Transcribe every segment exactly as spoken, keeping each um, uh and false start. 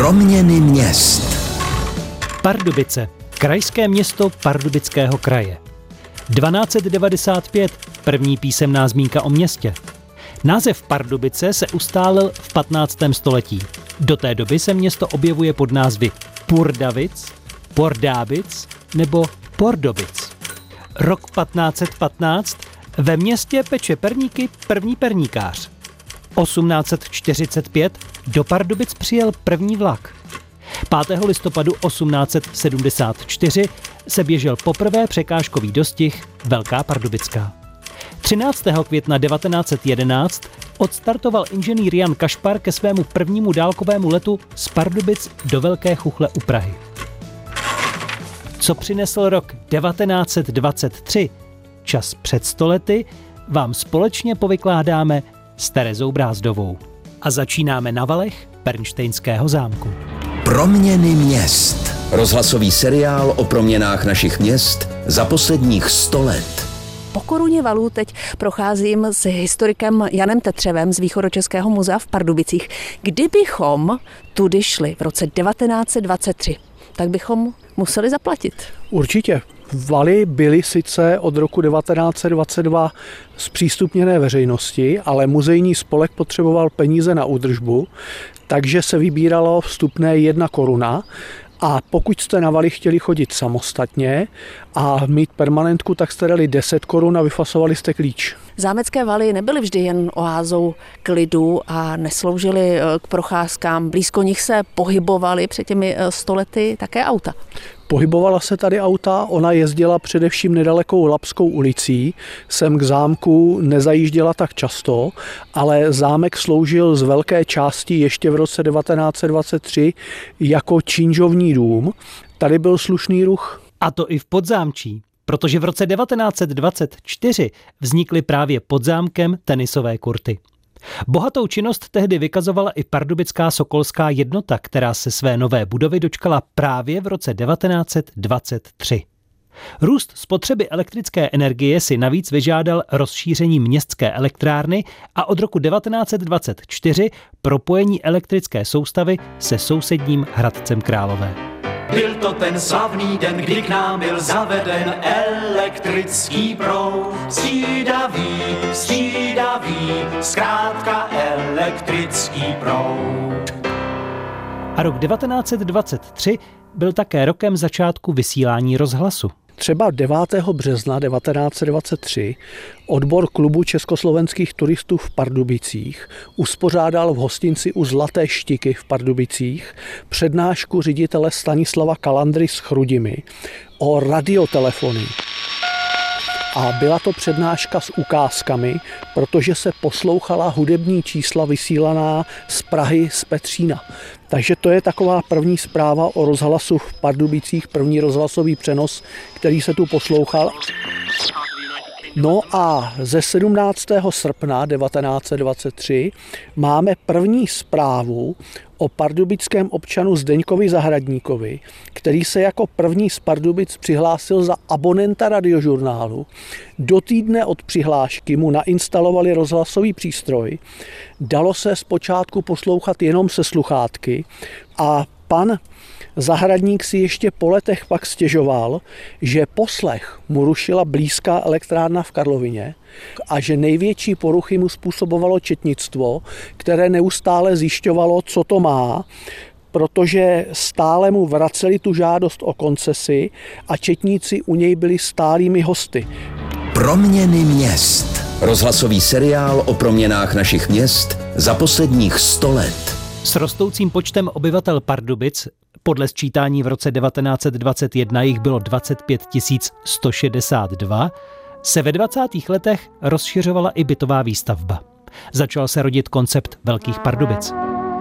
Proměny měst. Pardubice. Krajské město Pardubického kraje. dvanáct devadesát pět. První písemná zmínka o městě. Název Pardubice se ustálil v patnáctém století. Do té doby se město objevuje pod názvy Purdavic, Pordábic nebo Pordobic. Rok patnáct patnáct. Ve městě peče perníky první perníkář. osmnáct čtyřicet pět. Do Pardubic přijel první vlak. pátého listopadu osmnáct sedmdesát čtyři se běžel poprvé překážkový dostih Velká Pardubická. třináctého května devatenáct jedenáct odstartoval inženýr Jan Kašpar ke svému prvnímu dálkovému letu z Pardubic do Velké Chuchle u Prahy. Co přinesl rok devatenáct dvacet tři, čas před sto lety, vám společně povykládáme s Terezou Brázdovou. A začínáme na valech Pernštejnského zámku. Proměny měst. Rozhlasový seriál o proměnách našich měst za posledních sto let. Po koruně valů teď procházím s historikem Janem Tetřevem z Východočeského muzea v Pardubicích. Kdybychom tudy šli v roce devatenáct dvacet tři, tak bychom museli zaplatit. Určitě. Valy byly sice od roku devatenáct dvacet dva zpřístupněné veřejnosti, ale muzejní spolek potřeboval peníze na údržbu, takže se vybíralo vstupné jedna koruna. A pokud jste na valy chtěli chodit samostatně a mít permanentku, tak jste dali deset korun a vyfasovali jste klíč. Zámecké valy nebyly vždy jen oázou klidu a nesloužily k procházkám. Blízko nich se pohybovaly před těmi stolety také auta. Pohybovala se tady auta, ona jezdila především nedalekou Lapskou ulicí, sem k zámku nezajížděla tak často, ale zámek sloužil z velké části ještě v roce devatenáct dvacet tři jako činžovní dům. Tady byl slušný ruch. A to i v Podzámčí, protože v roce devatenáct dvacet čtyři vznikly právě pod zámkem tenisové kurty. Bohatou činnost tehdy vykazovala i Pardubická sokolská jednota, která se své nové budovy dočkala právě v roce devatenáct dvacet tři. Růst spotřeby elektrické energie si navíc vyžádal rozšíření městské elektrárny a od roku devatenáct dvacet čtyři propojení elektrické soustavy se sousedním Hradcem Králové. Byl to ten slavný den, kdy k nám byl zaveden elektrický proud. Střídavý, střídavý, zkrátka elektrický proud. A rok devatenáct dvacet tři byl také rokem začátku vysílání rozhlasu. Třeba devátého března devatenáct dvacet tři odbor klubu československých turistů v Pardubicích uspořádal v hostinci u Zlaté Štiky v Pardubicích přednášku ředitele Stanislava Kalandry z Chrudimi o radiotelefonii. A byla to přednáška s ukázkami, protože se poslouchala hudební čísla vysílaná z Prahy, z Petřína. Takže to je taková první zpráva o rozhlasu v Pardubicích, první rozhlasový přenos, který se tu poslouchal. No a ze sedmnáctého srpna devatenáct dvacet tři máme první zprávu o pardubickém občanu Zdeňkovi Zahradníkovi, který se jako první z Pardubic přihlásil za abonenta radiožurnálu. Do týdne od přihlášky mu nainstalovali rozhlasový přístroj. Dalo se zpočátku poslouchat jenom se sluchátky a pan Zahradník si ještě po letech pak stěžoval, že poslech mu rušila blízká elektrárna v Karlovině a že největší poruchy mu způsobovalo četnictvo, které neustále zjišťovalo, co to má, protože stále mu vraceli tu žádost o koncesi a četníci u něj byli stálými hosty. Proměny měst. Rozhlasový seriál o proměnách našich měst za posledních sto let. S rostoucím počtem obyvatel Pardubic, podle sčítání v roce devatenáct dvacet jedna jich bylo dvacet pět tisíc sto šedesát dva, se ve dvacátých letech rozšiřovala i bytová výstavba. Začal se rodit koncept Velkých Pardubic.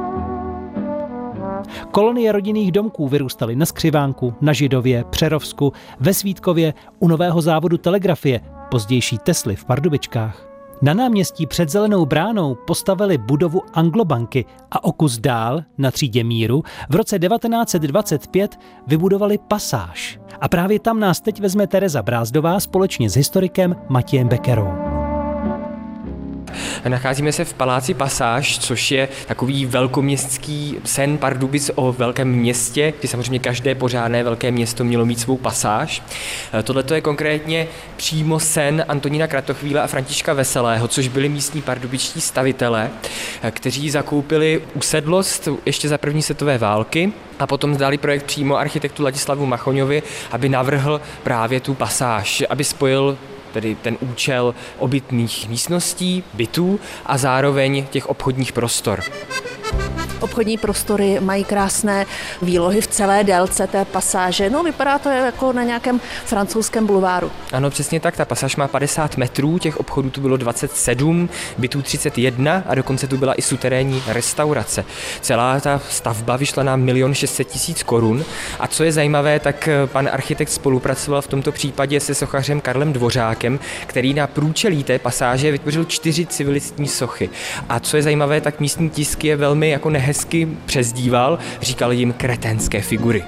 Kolonie rodinných domků vyrůstaly na Skřivánku, na Židově, Přerovsku, ve Svítkově, u nového závodu telegrafie, pozdější Tesly v Pardubičkách. Na náměstí před Zelenou bránou postavili budovu Anglobanky a o kus dál, na třídě Míru, v roce devatenáct dvacet pět vybudovali Pasáž. A právě tam nás teď vezme Tereza Brázdová společně s historikem Matějem Bekerou. Nacházíme se v paláci Pasáž, což je takový velkoměstský sen Pardubic o velkém městě, kdy samozřejmě každé pořádné velké město mělo mít svou pasáž. Tohle je konkrétně přímo sen Antonína Kratochvíla a Františka Veselého, což byli místní pardubičtí stavitelé, kteří zakoupili usedlost ještě za první světové války a potom dali projekt přímo architektu Ladislavu Machoňovi, aby navrhl právě tu pasáž, aby spojil tedy ten účel obytných místností, bytů a zároveň těch obchodních prostor. Obchodní prostory mají krásné výlohy v celé délce té pasáže. No, vypadá to jako na nějakém francouzském bulváru. Ano, přesně tak. Ta pasáž má padesát metrů, těch obchodů tu bylo dvacet sedm, bytů třicet jedna a dokonce tu byla i suterénní restaurace. Celá ta stavba vyšla na milion šest set tisíc korun. A co je zajímavé, tak pan architekt spolupracoval v tomto případě se sochařem Karlem Dvořákem, který na průčelí té pasáže vytvořil čtyři civilistní sochy. A co je zajímavé, tak místní tisk je velmi jako nehezky přezdíval, říkal jim kreténské figury.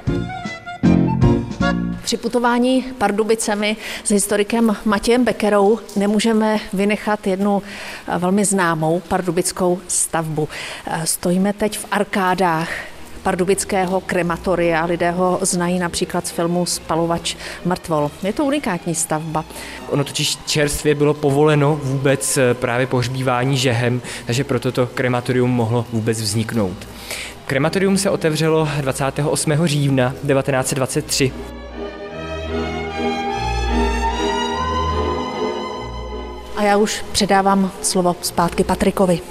Při putování Pardubicemi s historikem Matějem Beckerou nemůžeme vynechat jednu velmi známou pardubickou stavbu. Stojíme teď v arkádách pardubického krematoria. Lidé ho znají například z filmu Spalovač mrtvol. Je to unikátní stavba. Ono totiž čerstvě bylo povoleno vůbec právě pohřbívání žehem, takže proto to krematorium mohlo vůbec vzniknout. Krematorium se otevřelo dvacátého osmého října devatenáct set dvacet tři. A já už předávám slovo zpátky Patrikovi.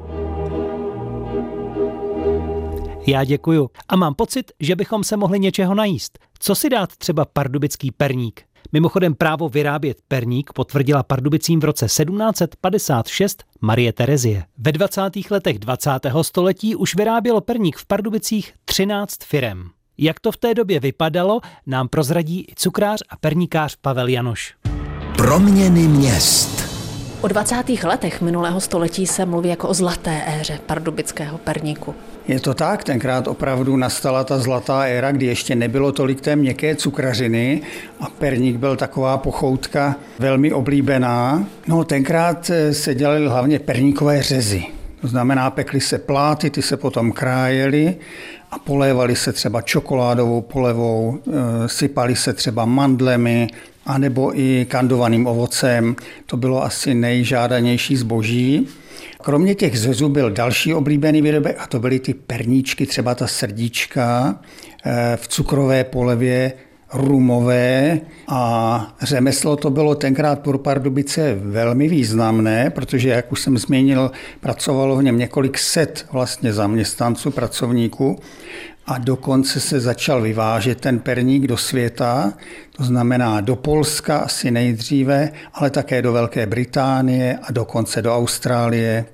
Já děkuju a mám pocit, že bychom se mohli něčeho najíst. Co si dát třeba pardubický perník? Mimochodem právo vyrábět perník potvrdila Pardubicím v roce sedmnáct set padesát šest Marie Terezie. Ve dvacátých letech dvacátého století už vyrábělo perník v Pardubicích třináct firem. Jak to v té době vypadalo, nám prozradí i cukrář a perníkář Pavel Janoš. Proměny měst. O dvacátých letech minulého století se mluví jako o zlaté éře pardubického perníku. Je to tak, tenkrát opravdu nastala ta zlatá éra, kdy ještě nebylo tolik té měkké cukrařiny a perník byl taková pochoutka velmi oblíbená. No, tenkrát se dělaly hlavně perníkové řezy. To znamená, pekly se pláty, ty se potom krájely a polévaly se třeba čokoládovou polevou, sypaly se třeba mandlemi, anebo i kandovaným ovocem. To bylo asi nejžádanější zboží. Kromě těch řezů byl další oblíbený výrobek a to byly ty perníčky, třeba ta srdíčka v cukrové polevě, rumové, a řemeslo to bylo tenkrát pro Pardubice velmi významné, protože, jak už jsem zmínil, pracovalo v něm několik set vlastně zaměstnanců, pracovníků a dokonce se začal vyvážet ten perník do světa, to znamená do Polska asi nejdříve, ale také do Velké Británie a dokonce do Austrálie.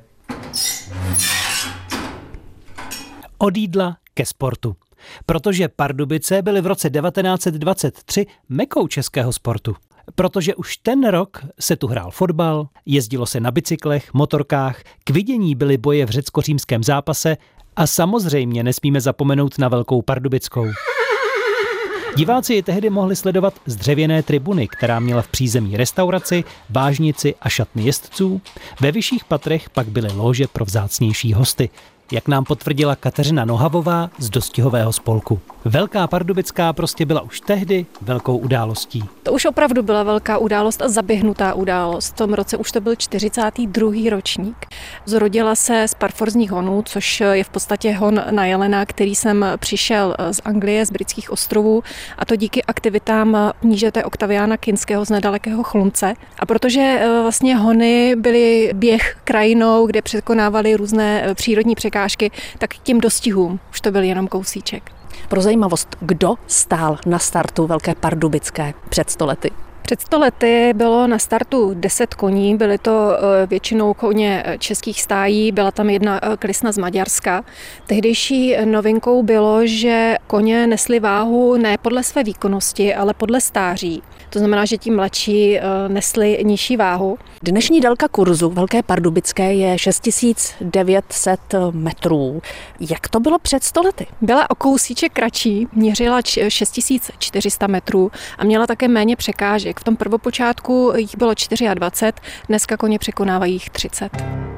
Od jídla ke sportu. Protože Pardubice byly v roce devatenáct set dvacet tři mekou českého sportu. Protože už ten rok se tu hrál fotbal, jezdilo se na bicyklech, motorkách, k vidění byly boje v řecko-římském zápase a samozřejmě nesmíme zapomenout na Velkou Pardubickou. Diváci ji tehdy mohli sledovat z dřevěné tribuny, která měla v přízemí restauraci, vážnici a šatny jezdců. Ve vyšších patrech pak byly lóže pro vzácnější hosty, jak nám potvrdila Kateřina Nohavová z dostihového spolku. Velká Pardubická prostě byla už tehdy velkou událostí. To už opravdu byla velká událost a zaběhnutá událost. V tom roce už to byl čtyřicátý druhý ročník. Zrodila se z parforzních honů, což je v podstatě hon na jelena, který sem přišel z Anglie, z Britských ostrovů, a to díky aktivitám knížete Oktaviána Kinského z nedalekého Chlumce. A protože vlastně hony byly běh krajinou, kde překonávali různé přírodní překážky, tak k těm dostihům už to byl jenom kousíček. Pro zajímavost, kdo stál na startu Velké Pardubické před sto lety? Před sto lety bylo na startu deset koní, byly to většinou koně českých stájí, byla tam jedna klisna z Maďarska. Tehdejší novinkou bylo, že koně nesly váhu ne podle své výkonnosti, ale podle stáří. To znamená, že ti mladší nesli nižší váhu. Dnešní délka kurzu Velké Pardubické je šest tisíc devět set metrů. Jak to bylo před sto lety? Byla o kousíček kratší, měřila šest tisíc čtyři sta metrů a měla také méně překážek. V tom prvopočátku jich bylo dvacet čtyři, dneska koně překonávají jich třicet.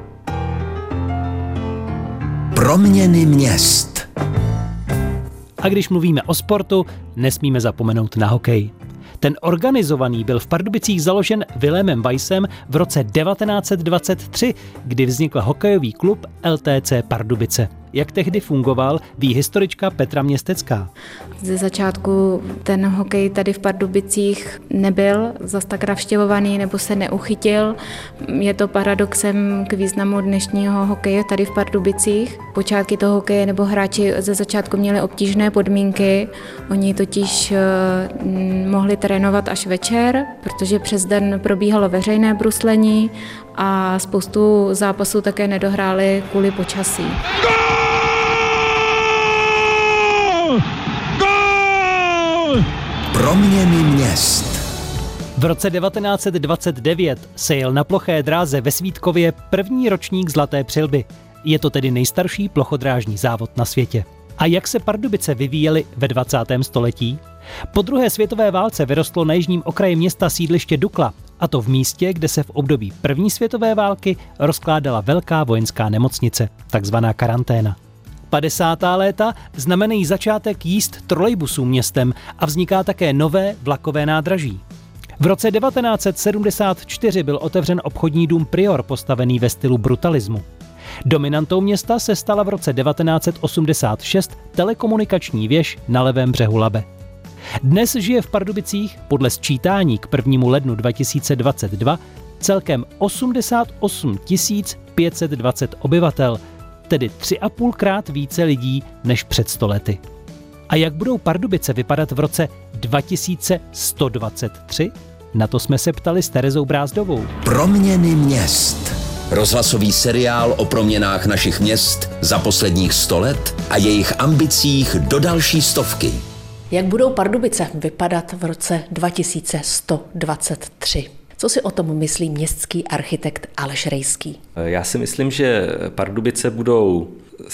Proměny měst. A když mluvíme o sportu, nesmíme zapomenout na hokej. Ten organizovaný byl v Pardubicích založen Vilémem Weissem v roce devatenáct set dvacet tři, kdy vznikl hokejový klub L T C Pardubice. Jak tehdy fungoval, ví historička Petra Městecká. Ze začátku ten hokej tady v Pardubicích nebyl zas tak navštěvovaný nebo se neuchytil. Je to paradoxem k významu dnešního hokeje tady v Pardubicích. Počátky toho hokeje nebo hráči ze začátku měli obtížné podmínky. Oni totiž mohli trénovat až večer, protože přes den probíhalo veřejné bruslení a spoustu zápasů také nedohráli kvůli počasí. Proměny měst. V roce devatenáct set dvacet devět se jel na ploché dráze ve Svítkově první ročník Zlaté přilby. Je to tedy nejstarší plochodrážní závod na světě. A jak se Pardubice vyvíjely ve dvacátém století? Po druhé světové válce vyrostlo na jižním okraji města sídliště Dukla, a to v místě, kde se v období první světové války rozkládala velká vojenská nemocnice, takzvaná karanténa. padesátá léta znamenají začátek jízd trolejbusů městem a vzniká také nové vlakové nádraží. V roce devatenáct set sedmdesát čtyři byl otevřen obchodní dům Prior, postavený ve stylu brutalismu. Dominantou města se stala v roce devatenáct set osmdesát šest telekomunikační věž na levém břehu Labe. Dnes žije v Pardubicích podle sčítání k prvnímu lednu dva tisíce dvacet dva celkem osmdesát osm tisíc pět set dvacet obyvatel, tedy tři a půlkrát více lidí než před sto lety. A jak budou Pardubice vypadat v roce dva tisíce sto dvacet tři? Na to jsme se ptali s Terezou Brázdovou. Proměny měst. Rozhlasový seriál o proměnách našich měst za posledních sto let a jejich ambicích do další stovky. Jak budou Pardubice vypadat v roce dva tisíce sto dvacet tři? Co si o tom myslí městský architekt Aleš Rejský? Já si myslím, že Pardubice budou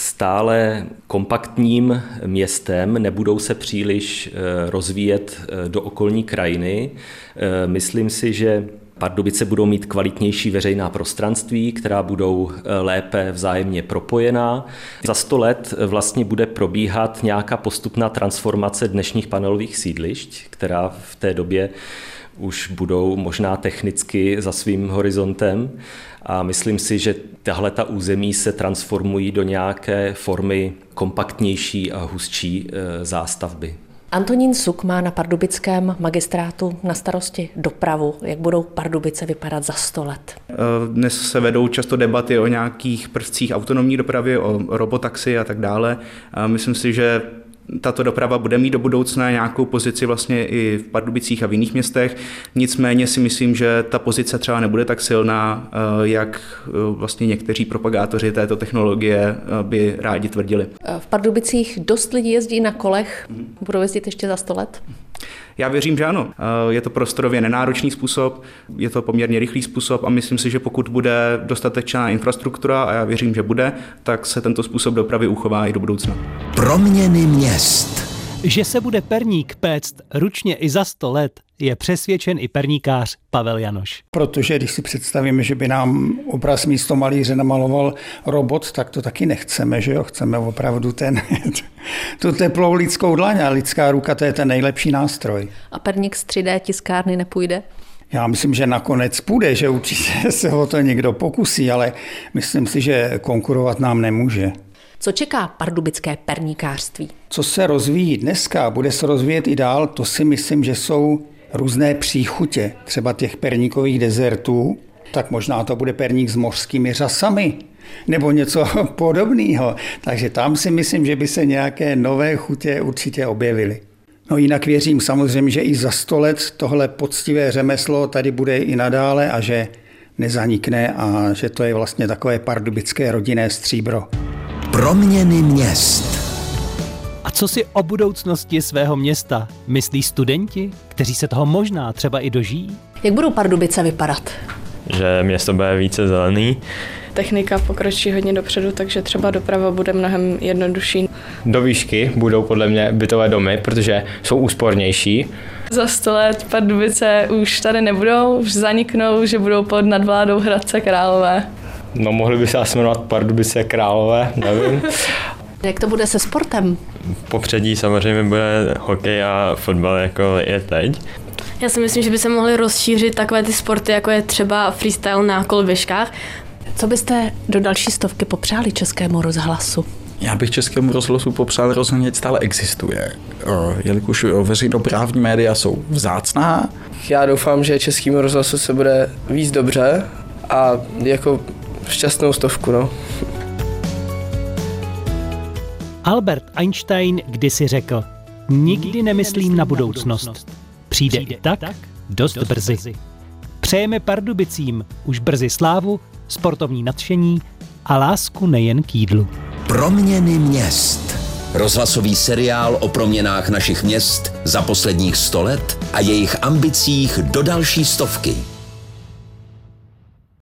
stále kompaktním městem, nebudou se příliš rozvíjet do okolní krajiny. Myslím si, že Pardubice budou mít kvalitnější veřejná prostranství, která budou lépe vzájemně propojená. Za sto let vlastně bude probíhat nějaká postupná transformace dnešních panelových sídlišť, která v té době už budou možná technicky za svým horizontem. A myslím si, že tahle ta území se transformují do nějaké formy kompaktnější a hustší zástavby. Antonín Suk má na pardubickém magistrátu na starosti dopravu. Jak budou Pardubice vypadat za sto let? Dnes se vedou často debaty o nějakých prvcích autonomní dopravy, o robotaxi a tak dále. Myslím si, že tato doprava bude mít do budoucna nějakou pozici vlastně i v Pardubicích a v jiných městech. Nicméně si myslím, že ta pozice třeba nebude tak silná, jak vlastně někteří propagátoři této technologie by rádi tvrdili. V Pardubicích dost lidí jezdí na kolech. Budou jezdit ještě za sto let? Já věřím, že ano. Je to prostorově nenáročný způsob, je to poměrně rychlý způsob a myslím si, že pokud bude dostatečná infrastruktura, a já věřím, že bude, tak se tento způsob dopravy uchová i do budoucna. Proměny měst. Že se bude perník péct ručně i za sto let, je přesvědčen i perníkář Pavel Janoš. Protože když si představíme, že by nám obraz místo malíře namaloval robot, tak to taky nechceme, že jo? Chceme opravdu ten, tu teplou lidskou dlaň a lidská ruka, to je ten nejlepší nástroj. A perník z tři dé tiskárny nepůjde? Já myslím, že nakonec půjde, že určitě se o to někdo pokusí, ale myslím si, že konkurovat nám nemůže. Co čeká pardubické perníkářství? Co se rozvíjí dneska, bude se rozvíjet i dál, to si myslím, že jsou různé příchutě, třeba těch perníkových dezertů, tak možná to bude perník s mořskými řasami nebo něco podobného. Takže tam si myslím, že by se nějaké nové chutě určitě objevily. No jinak věřím samozřejmě, že i za sto let tohle poctivé řemeslo tady bude i nadále a že nezanikne a že to je vlastně takové pardubické rodinné stříbro. Proměny měst. A co si o budoucnosti svého města myslí studenti, kteří se toho možná třeba i dožijí? Jak budou Pardubice vypadat? Že město bude více zelený technika pokročí hodně dopředu, takže třeba doprava bude mnohem jednodušší. Do výšky budou podle mě bytové domy, protože jsou úspornější. Za sto let Pardubice už tady nebudou, už zaniknou, že budou pod nadvládou Hradce Králové. No mohli by se asi jmenovat Pardubice Králové, nevím. Jak to bude se sportem? V popředí samozřejmě bude hokej a fotbal, jako je teď. Já si myslím, že by se mohly rozšířit takové ty sporty, jako je třeba freestyle na koloběžkách. Co byste do další stovky popřáli Českému rozhlasu? Já bych Českému rozhlasu popřál, rozhodně stále existuje, jelikož veřejnoprávní média jsou vzácná. Já doufám, že Českému rozhlasu se bude víc dobře a jako šťastnou stovku, no. Albert Einstein kdysi řekl, nikdy nemyslím na budoucnost. Přijde i tak dost brzy. Přejeme Pardubicím už brzy slávu, sportovní nadšení a lásku nejen k jídlu. Proměny měst. Rozhlasový seriál o proměnách našich měst za posledních sto let a jejich ambicích do další stovky.